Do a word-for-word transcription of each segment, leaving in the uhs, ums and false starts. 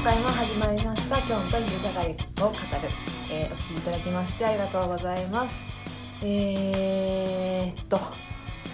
回も始まりました。今日と昼下がりを語る、えー、お聞きいただきましてありがとうございます。えーっと、はい、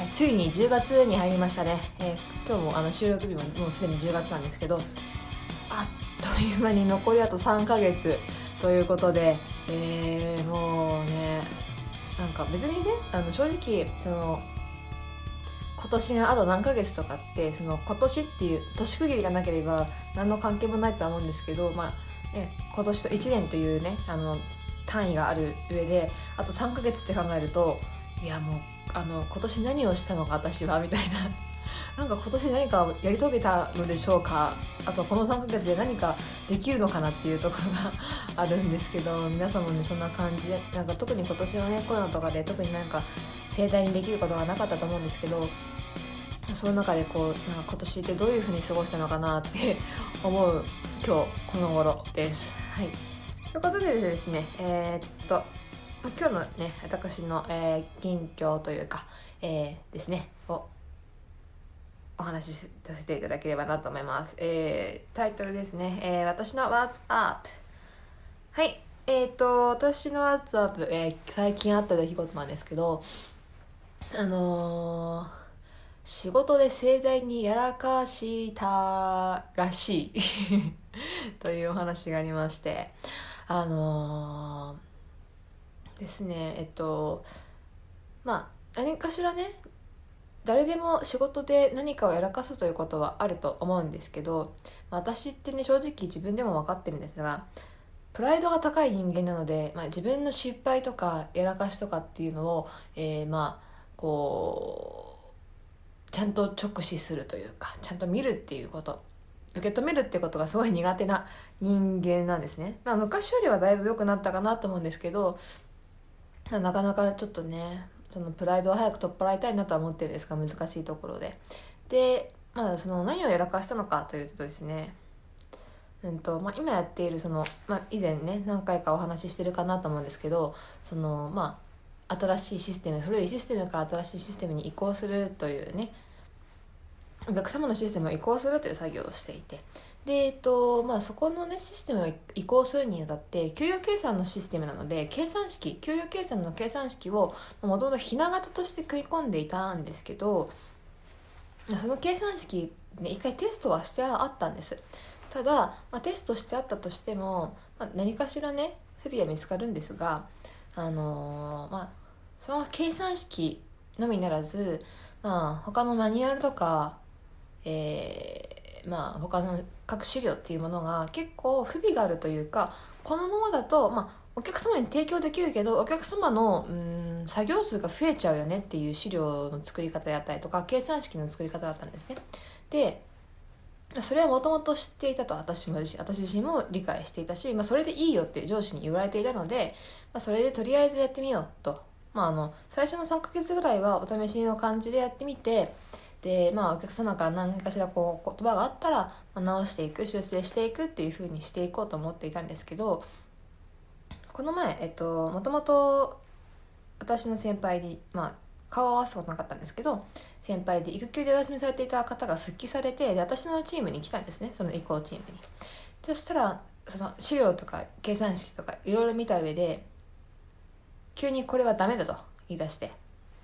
ついにじゅうがつに入りましたね。えー、今日もあの収録日ももうすでにじゅうがつなんですけど、あっという間に残りあとさんかげつということで、えー、もうね、なんか別にね、あの正直その今年があと何ヶ月とかってその今年っていう年区切りがなければ何の関係もないとは思うんですけど、まあね、今年といちねんというねあの単位がある上であとさんかげつって考えると、いやもうあの今年何をしたのか私はみたいななんか今年何かをやり遂げたのでしょうか、あとこのさんかげつで何かできるのかなっていうところがあるんですけど、皆さんもねそんな感じで、なんか特に今年はねコロナとかで特になんか盛大にできることがなかったと思うんですけど、その中でこうなんか今年ってどういう風に過ごしたのかなって思う今日この頃です。はい。ということでですね、えー、っと今日のね私の、えー、近況というか、えー、ですねをお話しさせていただければなと思います。えー、タイトルですね、えー、私の What's Up。 はい。えー、っと私の What's Up、えー、最近あった出来事なんですけど、あのー仕事で盛大にやらかしたらしいというお話がありまして、あのー、ですねえっとまあ何かしらね誰でも仕事で何かをやらかすということはあると思うんですけど、私ってね正直自分でも分かってるんですが、プライドが高い人間なので、まあ、自分の失敗とかやらかしとかっていうのを、えー、まあこうちゃんと直視するというか、ちゃんと見るっていうこと、受け止めるってことがすごい苦手な人間なんですね。まあ昔よりはだいぶ良くなったかなと思うんですけど、なかなかちょっとねそのプライドを早く取っ払いたいなとは思ってるんですが、難しいところでで、まあ、その何をやらかしたのかというとですね、うんとまあ、今やっているその、まあ、以前ね何回かお話ししてるかなと思うんですけど、そのまあ新しいシステム、古いシステムから新しいシステムに移行するというね、お客様のシステムを移行するという作業をしていて、で、えっとまあ、そこの、ね、システムを移行するにあたって給与計算のシステムなので、計算式給与計算の計算式をもともとひな形として組み込んでいたんですけど、その計算式ね一回テストはしてあったんです。ただ、まあ、テストしてあったとしても、まあ、何かしらね不備は見つかるんですが、あのー、まあその計算式のみならず、まあ、他のマニュアルとか、えー、まあ他の各資料っていうものが結構不備があるというか、このままだと、まあ、お客様に提供できるけどお客様のうん作業数が増えちゃうよねっていう資料の作り方やったりとか計算式の作り方だったんですね。でそれはもともと知っていたと、私も自身私自身も理解していたし、まあ、それでいいよって上司に言われていたので、まあ、それでとりあえずやってみようと、まあ、あの最初のさんかげつぐらいはお試しの感じでやってみて、で、まあ、お客様から何かしらこう言葉があったら、まあ、直していく修正していくっていう風にしていこうと思っていたんですけど、この前、えっと、もともと私の先輩に、まあ、顔を合わせたことなかったんですけど、先輩で育休でお休みされていた方が復帰されて、で私のチームに来たんですね、その移行チームに。そしたらその資料とか計算式とかいろいろ見た上で、急にこれはダメだと言い出して、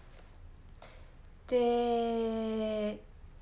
で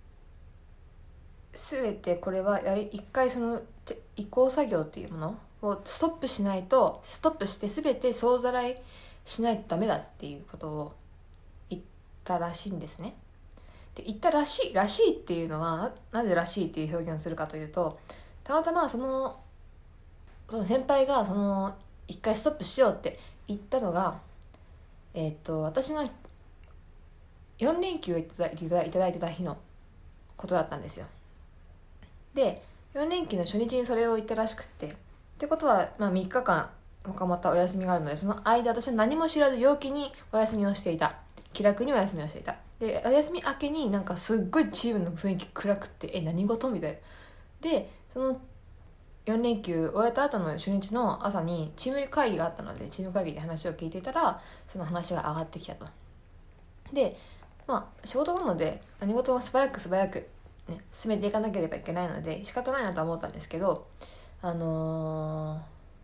全てこれはやり一回その移行作業っていうものをストップしないと、ストップして全て総ざらいしないとダメだっていうことを言ったらしいんですね。で言ったらしいらしいっていうのは な, なぜらしいっていう表現をするかというと、たまたまそのその先輩がその一回ストップしようって言ったのが、えー、っと私のよん連休をいただいていただいてた日のことだったんですよ。でよん連休の初日にそれを言ったらしくって、ってことは、まあ、みっかかん他またお休みがあるので、その間私は何も知らず陽気にお休みをしていた、気楽にお休みをしていた。でお休み明けになんかすっごいチームの雰囲気暗くって、え何事みたいな。でそのよん連休終えた後の初日の朝にチーム会議があったので、チーム会議で話を聞いていたらその話が上がってきたと。でまあ仕事なので何事も素早く素早くね、進めていかなければいけないので仕方ないなとは思ったんですけど、 あの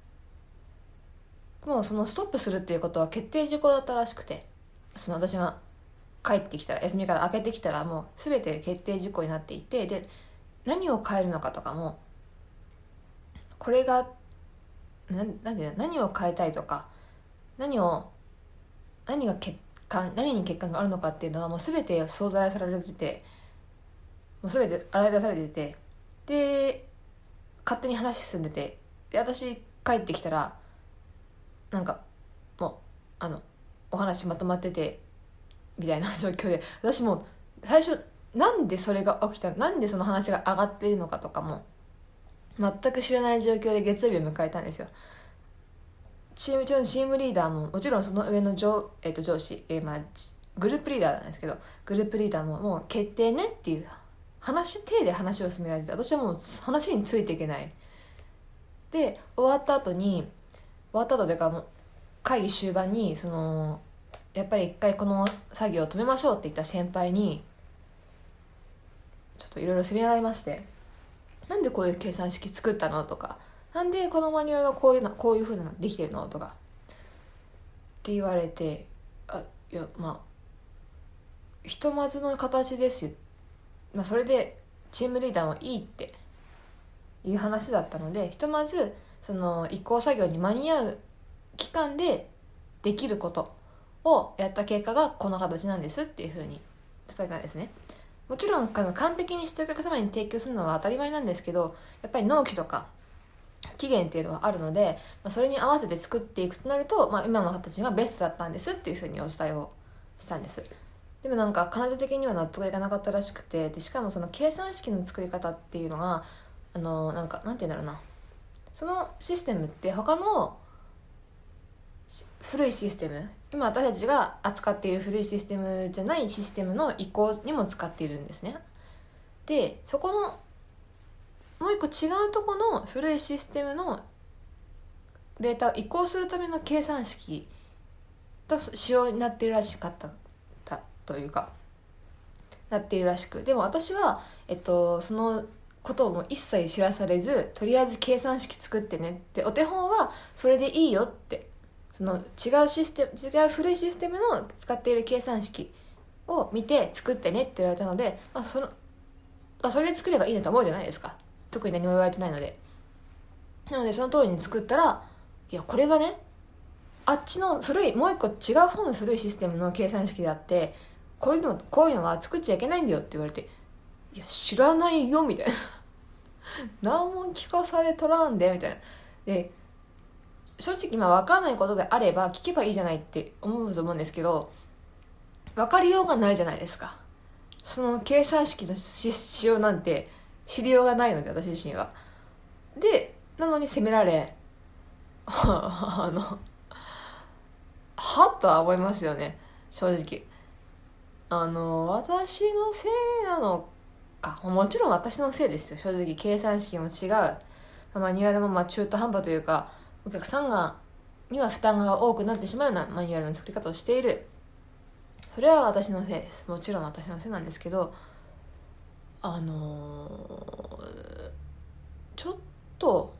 ー、もうそのストップするっていうことは決定事項だったらしくて、その私が帰ってきたら、休みから明けてきたらもう全て決定事項になっていて、で何を変えるのかとかも、これがななんで何を変えたいとか、何を何が欠陥何に欠陥があるのかっていうのはもう全て総ざらいされてて、もう全て洗い出されてて、で勝手に話進んでて、で私帰ってきたらなんかもうあのお話まとまっててみたいな状況で、私も最初なんでそれが起きたの、なんでその話が上がっているのかとかも全く知らない状況で月曜日を迎えたんですよ。チーム上のチームリーダーももちろんその上の上、えー、と上司、えーまあ、グループリーダーなんですけど、グループリーダーももう決定ねっていう話手で話を進められてて、私はもう話についていけない。で終わった後に終わった後というかもう会議終盤にそのやっぱり一回この作業を止めましょうって言った先輩にちょっといろいろ責められまして、なんでこういう計算式作ったのとか、なんでこのマニュアルがこういうのこういう風なできてるのとかって言われて、あいやまあひとまずの形ですよ、まあ、それでチームリーダーもいいっていう話だったので、ひとまずその移行作業に間に合う期間でできることをやった結果がこの形なんですっていう風に伝えたんですね。もちろん完璧にしてお客様に提供するのは当たり前なんですけど、やっぱり納期とか期限っていうのはあるので、まあ、それに合わせて作っていくとなると、まあ、今の形がベストだったんですっていう風にお伝えをしたんです。でもなんか彼女的には納得がいかなかったらしくて、でしかもその計算式の作り方っていうのがあのなんかなんて言うんだろうな、そのシステムって他の古いシステム、今私たちが扱っている古いシステムじゃないシステムの移行にも使っているんですね。でそこのもう一個違うところの古いシステムのデータを移行するための計算式と仕様になっているらしかったというかなっているらしく、でも私は、えっと、そのことをもう一切知らされず、とりあえず計算式作ってねって、お手本はそれでいいよって、その違うシステム違う古いシステムの使っている計算式を見て作ってねって言われたので、まあ、そのあそれで作ればいいなと思うじゃないですか。特に何も言われてないので。なのでその通りに作ったら、いやこれはねあっちの古いもう一個違う方の古いシステムの計算式であって、これでもこういうのは作っちゃいけないんだよって言われて、いや知らないよみたいな何も聞かされとらんでみたいな。で正直今分からないことであれば聞けばいいじゃないって思うと思うんですけど、分かりようがないじゃないですか。その計算式の仕様なんて知りようがないので、私自身は。でなのに責められあのはっとは思いますよね、正直。あの私のせいなのか、もちろん私のせいですよ、正直。計算式も違う、マニュアルもまあ中途半端というか、お客さんがには負担が多くなってしまうようなマニュアルの作り方をしている。それは私のせいです。もちろん私のせいなんですけど、あのー、ちょっと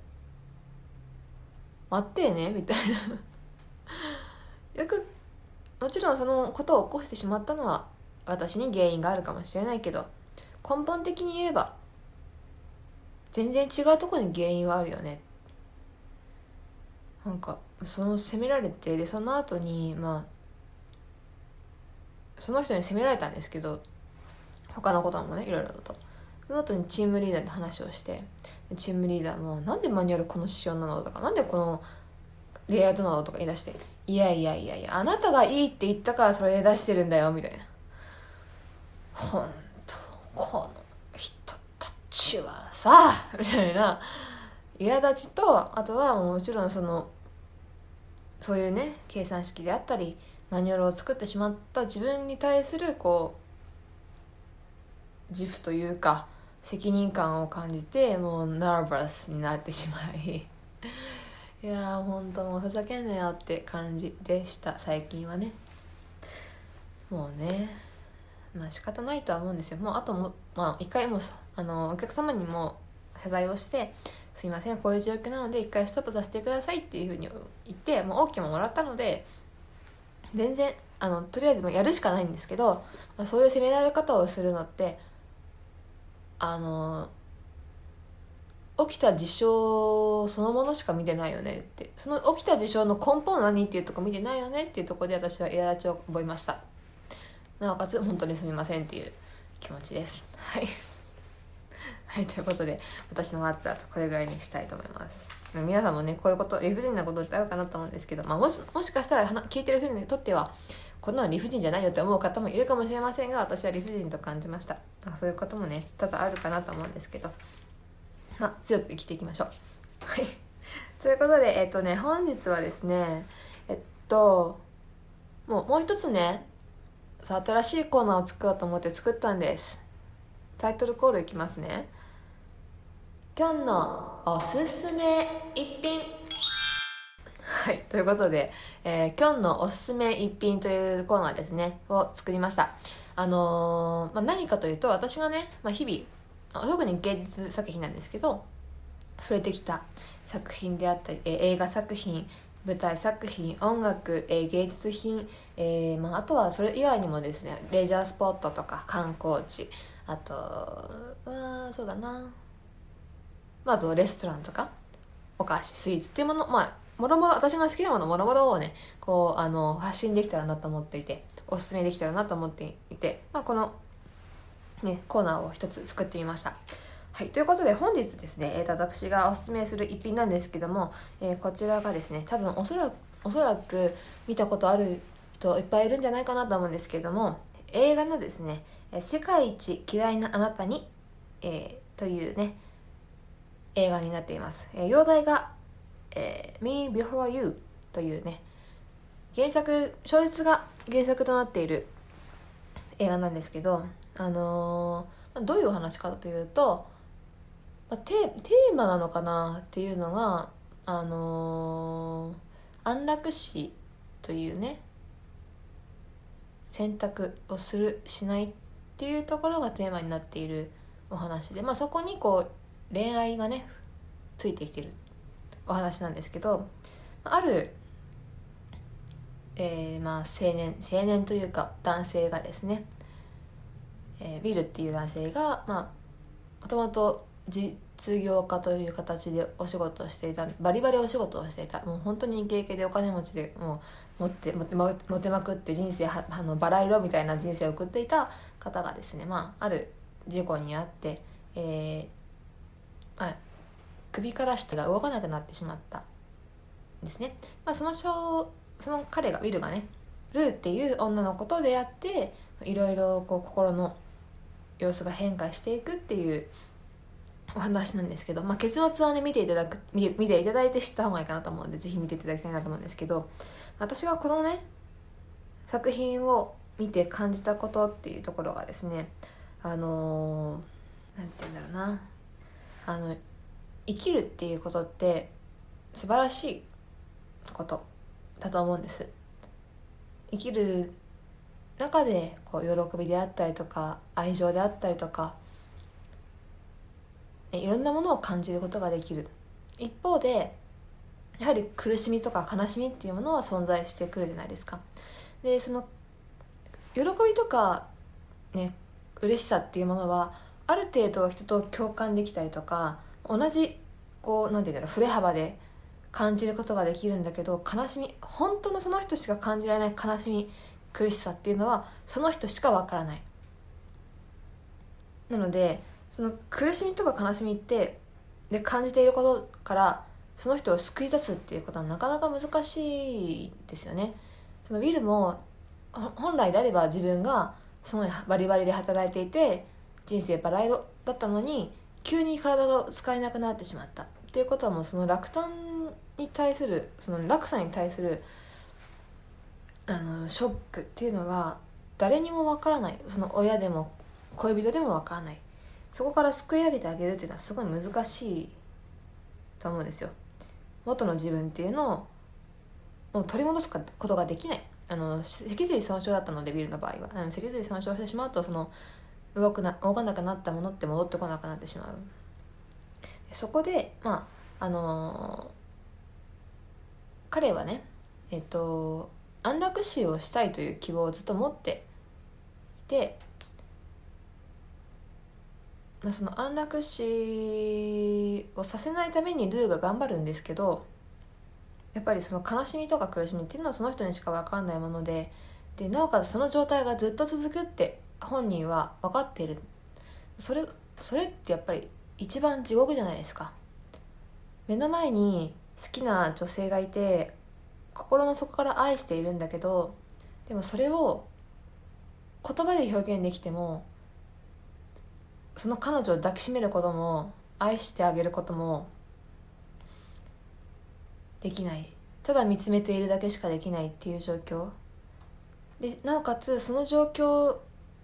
待ってねみたいなよくもちろんそのことを起こしてしまったのは私に原因があるかもしれないけど、根本的に言えば全然違うところに原因はあるよね。なんかその責められて、でその後にまあその人に責められたんですけど、他のこともねいろいろと。その後にチームリーダーと話をして、チームリーダーもなんでマニュアルこの仕様なのとか、なんでこのレイアウトなのとか言い出して、いやいやいやいやあなたがいいって言ったからそれで出してるんだよみたいな。ほんとこの人たちはさみたいな苛立ちと、あとはもちろんそのそういうね計算式であったりマニュアルを作ってしまった自分に対するこう自負というか責任感を感じて、もうナーバスになってしまいいやーほんともうふざけんなよって感じでした。最近はねもうねまあ仕方ないとは思うんですよ。もうあともまあ一回もあのお客様にも謝罪をして、 すいませんこういう状況なので一回ストップさせてくださいっていうふうに言ってもう OK ももらったので、全然あのとりあえずもうやるしかないんですけど、まあ、そういう責められ方をするのってあの起きた事象そのものしか見てないよねって、その起きた事象の根本何っていうとこ見てないよねっていうところで私は苛立ちを覚えました。なおかつ本当にすみませんっていう気持ちです。はいはい、ということで私のワッツアップこれぐらいにしたいと思います。皆さんもねこういうこと理不尽なことってあるかなと思うんですけど、まあ、もしもしかしたら聞いてる人にとってはこんなの理不尽じゃないよって思う方もいるかもしれませんが、私は理不尽と感じました。そういうこともね多々あるかなと思うんですけど、まあ、強く生きていきましょう。はいということでえっとね本日はですねえっともうもう一つねそう新しいコーナーを作ろうと思って作ったんです。タイトルコールいきますね。今日のおすすめ一品。はい、ということで、えー、今日のおすすめ一品というコーナーですねを作りました。あのーまあ、何かというと私がね、まあ、日々特に芸術作品なんですけど触れてきた作品であったり、えー、映画作品、舞台作品、音楽、えー、芸術品、えーまあ、あとはそれ以外にもですねレジャースポットとか観光地、あとはそうだな、まあ、あとレストランとかお菓子スイーツっていうもの、まあもろもろ私が好きなものもろもろをねこうあの発信できたらなと思っていておすすめできたらなと思っていて、まあ、この、ね、コーナーを一つ作ってみました。はい、ということで本日ですね、えー、と私がおすすめする一品なんですけども、えー、こちらがですね多分おそらくおそらく見たことある人いっぱいいるんじゃないかなと思うんですけども、映画のですね「世界一嫌いなあなたに」えー、というね映画になっています。えー、容題が、えー、Me Before You というね原作小説が原作となっている映画なんですけど、あのー、どういうお話かというと、まあ、テ, テーマなのかなっていうのが、あのー、安楽死というね選択をするしないっていうところがテーマになっているお話で、まあ、そこにこう恋愛がねついてきているお話なんですけど、ある、えー、まあ青年青年というか男性がですね、えー、ウィルっていう男性がまあもともと実業家という形でお仕事をしていたバリバリお仕事をしていたもう本当にイケイケでお金持ちでもう持って持って持てまくって人生はあのバラ色みたいな人生を送っていた方がですね、まあ、ある事故に遭って、えーまあ、首から下が動かなくなってしまったんですね。まあ、そのその彼がウィルがねルーっていう女の子と出会っていろいろこう心の様子が変化していくっていうお話なんですけど、まあ、結末はね見ていただく見て、見ていただいて知った方がいいかなと思うのでぜひ見ていただきたいなと思うんですけど、私がこのね作品を見て感じたことっていうところがですね、あのー、なんて言うんだろうなあの生きるっていうことって素晴らしいことだと思うんです。生きる中でこう喜びであったりとか愛情であったりとかいろんなものを感じることができる。一方でやはり苦しみとか悲しみっていうものは存在してくるじゃないですか。でその喜びとかね嬉しさっていうものはある程度人と共感できたりとか同じこうなんていうんだろう振れ幅で感じることができるんだけど、悲しみ本当のその人しか感じられない悲しみ苦しさっていうのはその人しかわからない。なのでその苦しみとか悲しみってで感じていることからその人を救い出すっていうことはなかなか難しいですよね。そのウィルも本来であれば自分がすごいバリバリで働いていて人生バラ色だったのに急に体が使えなくなってしまったっていうことはもうその落胆に対するその落差に対するあのショックっていうのは誰にもわからない。その親でも恋人でもわからない。そこから救い上げてあげるっていうのはすごい難しいと思うんですよ。元の自分っていうのをもう取り戻すことができない。あの脊髄損傷だったのでビルの場合はあの脊髄損傷してしまうとその動くな動かなくなったものって戻ってこなくなってしまう。 そこでまああのー、彼はねえっと安楽死をしたいという希望をずっと持っていて、まあ、その安楽死をさせないためにルーが頑張るんですけど、やっぱりその悲しみとか苦しみっていうのはその人にしか分からないもので、でなおかつその状態がずっと続くって本人は分かっている。それそれってやっぱり一番地獄じゃないですか。目の前に好きな女性がいて心の底から愛しているんだけど、でもそれを言葉で表現できても、その彼女を抱きしめることも愛してあげることもできない、ただ見つめているだけしかできないっていう状況で、なおかつその状況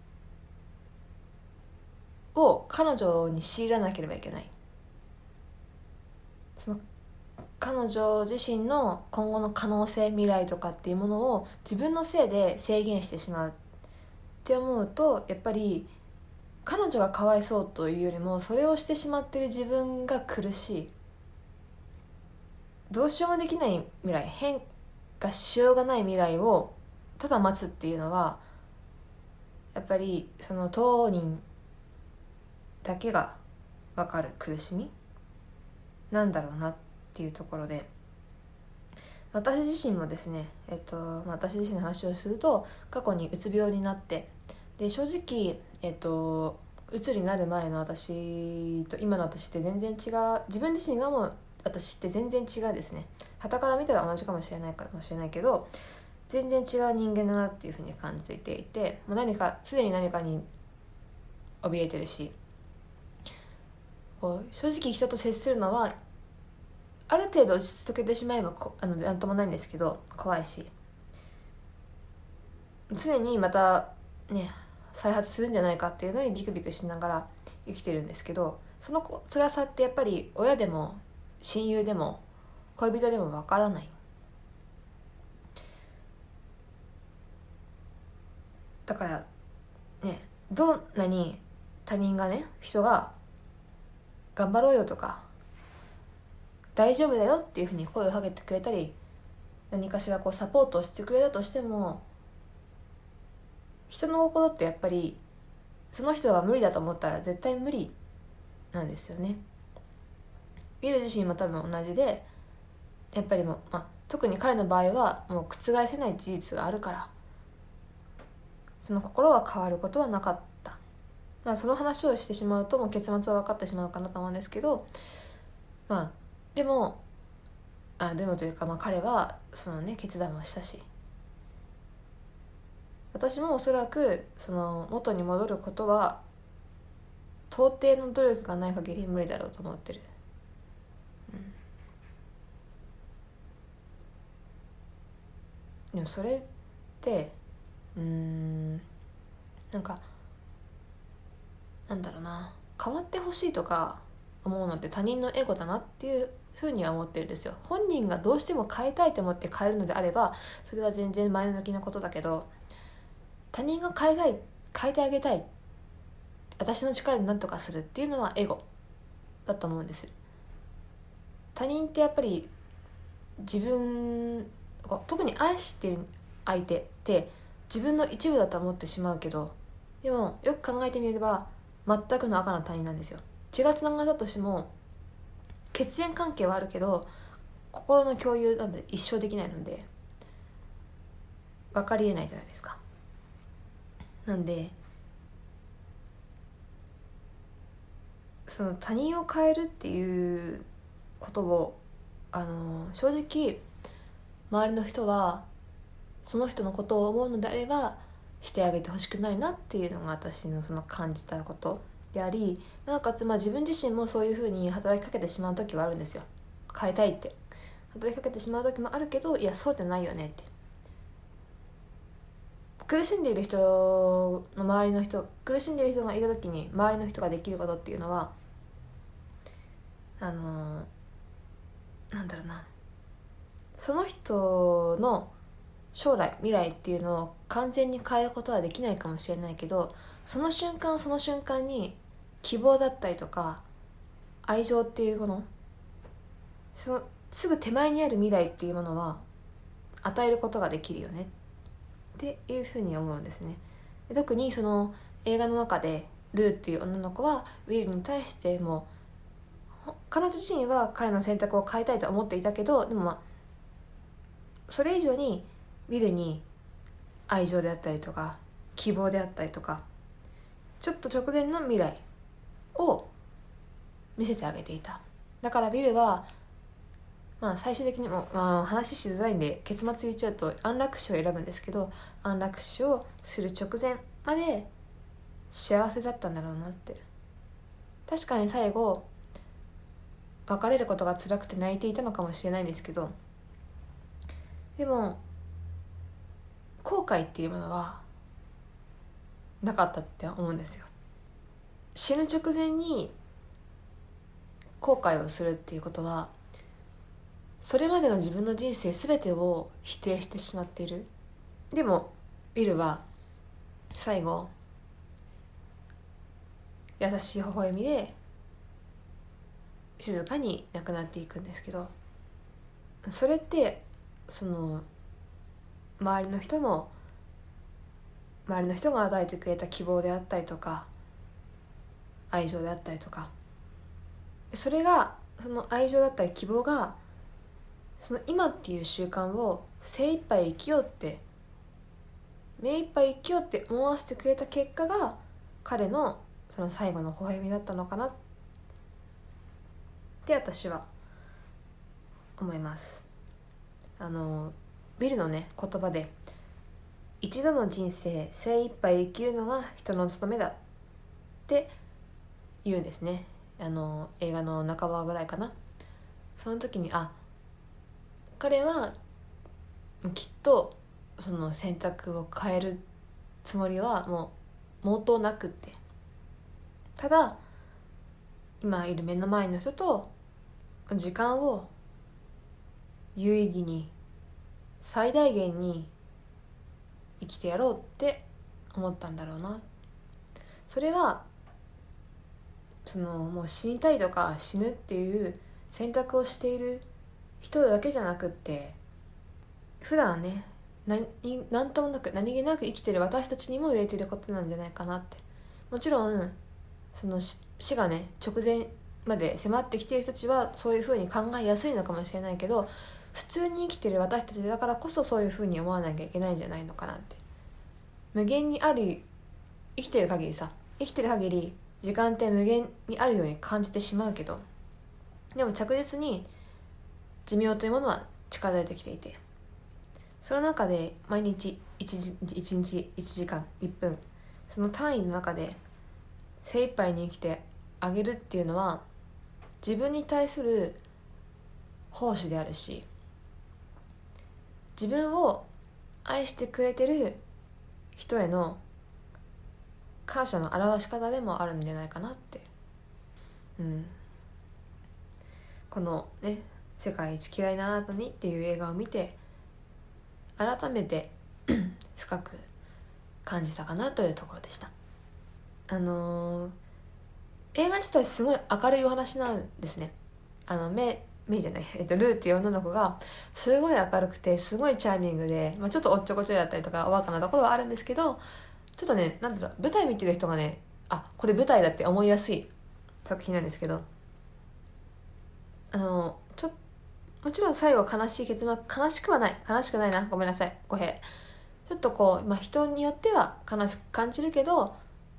を彼女に強いらなければいけない。その彼女自身の今後の可能性、未来とかっていうものを自分のせいで制限してしまうって思うと、やっぱり彼女がかわいそうというよりもそれをしてしまっている自分が苦しい。どうしようもできない未来、変化しようがない未来をただ待つっていうのは、やっぱりその当人だけが分かる苦しみなんだろうなっていうところで、私自身もですね、えっと、私自身の話をすると、過去にうつ病になって、で正直、えっと、うつになる前の私と今の私って全然違う、自分自身がもう私って全然違うですね。傍から見たら同じかもしれないかもしれないけど、全然違う人間だなっていうふうに感じていて、もう何か常に何かに怯えてるし、こう正直人と接するのはある程度落ち着けてしまえばこあのなんともないんですけど、怖いし常にまたね再発するんじゃないかっていうのにビクビクしながら生きてるんですけど、その辛さってやっぱり親でも親友でも恋人でもわからない。だからね、どんなに他人がね、人が頑張ろうよとか大丈夫だよっていうふうに声をかけてくれたり、何かしらこうサポートをしてくれたとしても、人の心ってやっぱりその人が無理だと思ったら絶対無理なんですよね。ビル自身も多分同じで、やっぱりもう、まあ、特に彼の場合はもう覆せない事実があるから、その心は変わることはなかった。まあその話をしてしまうともう結末は分かってしまうかなと思うんですけど、まあでもあでもというか、まあ彼はそのね決断もしたし、私もおそらくその元に戻ることは到底の努力がない限り無理だろうと思ってる。うん、でもそれってうーんなんかなんだろうな、変わってほしいとか思うのって他人のエゴだなっていうふうには思ってるんですよ。本人がどうしても変えたいと思って変えるのであればそれは全然前向きなことだけど、他人が変えたい、変えてあげたい、私の力で何とかするっていうのはエゴだと思うんです。他人ってやっぱり自分、特に愛してる相手って自分の一部だと思ってしまうけど、でもよく考えてみれば全くの赤の他人なんですよ。血がつながったとしても血縁関係はあるけど心の共有なんて一生できないので分かりえないじゃないですか。なんでその他人を変えるっていうことをあの正直周りの人はその人のことを思うのであればしてあげてほしくないなっていうのが私のその感じたことであり、なおかつまあ自分自身もそういうふうに働きかけてしまう時はあるんですよ。変えたいって働きかけてしまう時もあるけど、いやそうじゃないよねって、苦しんでいる人の周りの人苦しんでいる人がいた時に周りの人ができることっていうのはあのなんだろうな、その人の将来未来っていうのを完全に変えることはできないかもしれないけど、その瞬間その瞬間に希望だったりとか愛情っていうもの、そのすぐ手前にある未来っていうものは与えることができるよねっていうふうに思うんですね。で特にその映画の中でルーっていう女の子はウィルに対しても彼女自身は彼の選択を変えたいと思っていたけど、でもまあそれ以上にウィルに愛情であったりとか希望であったりとかちょっと直前の未来を見せてあげていた。だからウィルはまあ最終的にも、まあ、話しづらいんで結末言っちゃうと安楽死を選ぶんですけど、安楽死をする直前まで幸せだったんだろうなって。確かに最後別れることが辛くて泣いていたのかもしれないんですけど、でも後悔っていうものはなかったって思うんですよ。死ぬ直前に後悔をするっていうことはそれまでの自分の人生全てを否定してしまっている。でもウィルは最後優しい微笑みで静かに亡くなっていくんですけど、それってその周りの人も周りの人が与えてくれた希望であったりとか愛情であったりとか、それがその愛情だったり希望がその今っていう習慣を精一杯生きようって目一杯生きようって思わせてくれた結果が彼のその最後の微笑みだったのかなって私は思います。あのビルのね言葉で一度の人生精一杯生きるのが人の務めだって言うんですね。あの映画の半ばぐらいかな。その時にあ彼はきっとその選択を変えるつもりはもう毛頭なくって、ただ今いる目の前の人と時間を有意義に最大限に生きてやろうって思ったんだろうな。それはそのもう死にたいとか死ぬっていう選択をしている人だけじゃなくって普段ね何何ともなく何気なく生きてる私たちにも言えてることなんじゃないかなって。もちろんその死がね直前まで迫ってきている人たちはそういうふうに考えやすいのかもしれないけど、普通に生きてる私たちだからこそそういうふうに思わなきゃいけないんじゃないのかなって。無限にある生きてる限りさ生きてる限り時間って無限にあるように感じてしまうけど、でも着実に寿命というものは近づいてきていて、その中で毎日いちにちいちじかんいっぷんその単位の中で精一杯に生きてあげるっていうのは自分に対する奉仕であるし、自分を愛してくれてる人への感謝の表し方でもあるんじゃないかなって、うん、このね世界一嫌いなあなたにっていう映画を見て改めて深く感じたかなというところでした。あのー、映画自体すごい明るいお話なんですね。あのメメイじゃない、えっと、ルーっていう女の子がすごい明るくてすごいチャーミングで、まあ、ちょっとおっちょこちょいだったりとかおバカなところはあるんですけど、ちょっとねなんだろう舞台見てる人がねあこれ舞台だって思いやすい作品なんですけど、あのちょもちろん最後悲しい結末悲しくはない悲しくないなごめんなさい語弊ちょっとこう、まあ、人によっては悲しく感じるけど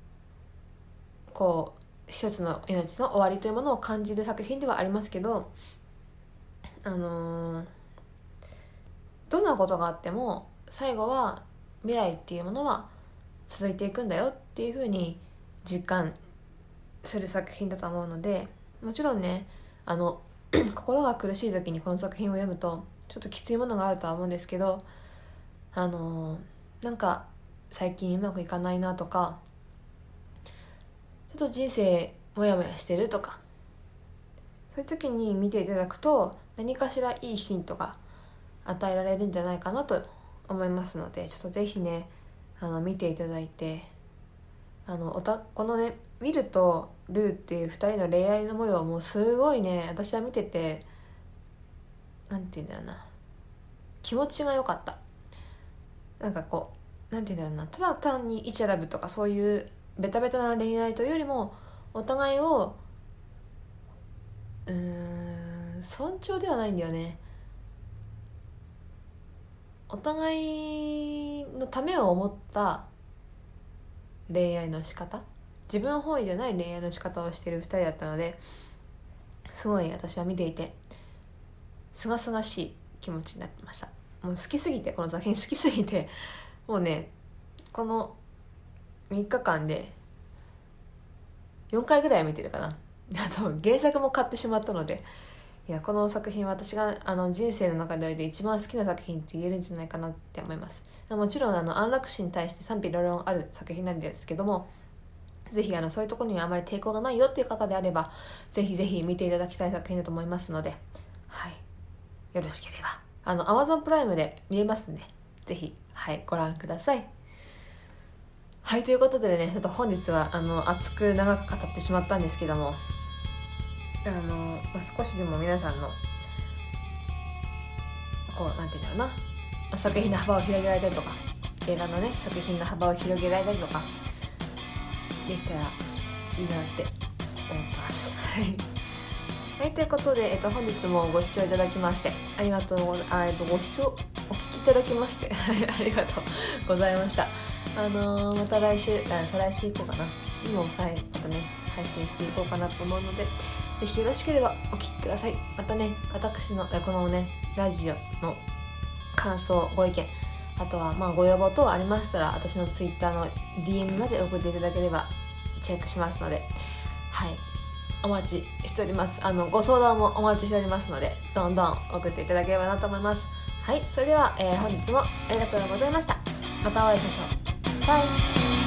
こう一つの命の終わりというものを感じる作品ではありますけど、あのー、どんなことがあっても最後は未来っていうものは続いていくんだよっていうふうに実感する作品だと思うので、もちろんねあの心が苦しい時にこの作品を読むとちょっときついものがあるとは思うんですけど、あのー、なんか最近うまくいかないなとかちょっと人生モヤモヤしてるとかそういう時に見ていただくと何かしらいいヒントが与えられるんじゃないかなと思いますので、ちょっとぜひねあの見ていただいて、あのおたこのねウィルとルーっていうふたりの恋愛の模様もすごいね、私は見ててなんて言うんだろうな、気持ちが良かった。なんかこうなんて言うんだろうな、ただ単にイチャラブとかそういうベタベタな恋愛というよりも、お互いをうーん尊重ではないんだよね、お互いのためを思った恋愛の仕方、自分本位じゃない恋愛の仕方をしているふたりだったので、すごい私は見ていてすがすがしい気持ちになってました。もう好きすぎて、この作品好きすぎて、もうねこのみっかかんでよんかいぐらい見てるかな。あと原作も買ってしまったので、いやこの作品は私があの人生の中でおいて一番好きな作品って言えるんじゃないかなって思います。もちろんあの安楽死に対して賛否両論ある作品なんですけども、ぜひあのそういうところにはあまり抵抗がないよっていう方であれば、ぜひぜひ見ていただきたい作品だと思いますので、はい、よろしければあの Amazon プライムで見れますんで、ぜひ、はい、ご覧ください。はい、ということでね、ちょっと本日はあの熱く長く語ってしまったんですけども、あの、まあ、少しでも皆さんのこうなんていうんだろうな、まあ、作品の幅を広げられたりとか、映画のね作品の幅を広げられたりとかできたらいいなって思ってます。はい、ということで、えっと、本日もご視聴いただきましてありがとうございます。えっと、ご視聴お聞きいただきましてありがとうございました。あのー、また来週、再来週以降かな、今も再またね配信していこうかなと思うので、ぜひよろしければお聞きください。またね、私のこのねラジオの感想、ご意見、あとはまあご要望等ありましたら、私のツイッターの ディーエム まで送っていただければチェックしますので、はい、お待ちしております。あのご相談もお待ちしておりますので、どんどん送っていただければなと思います。はい、それでは、えー、本日もありがとうございました。またお会いしましょう。バイ。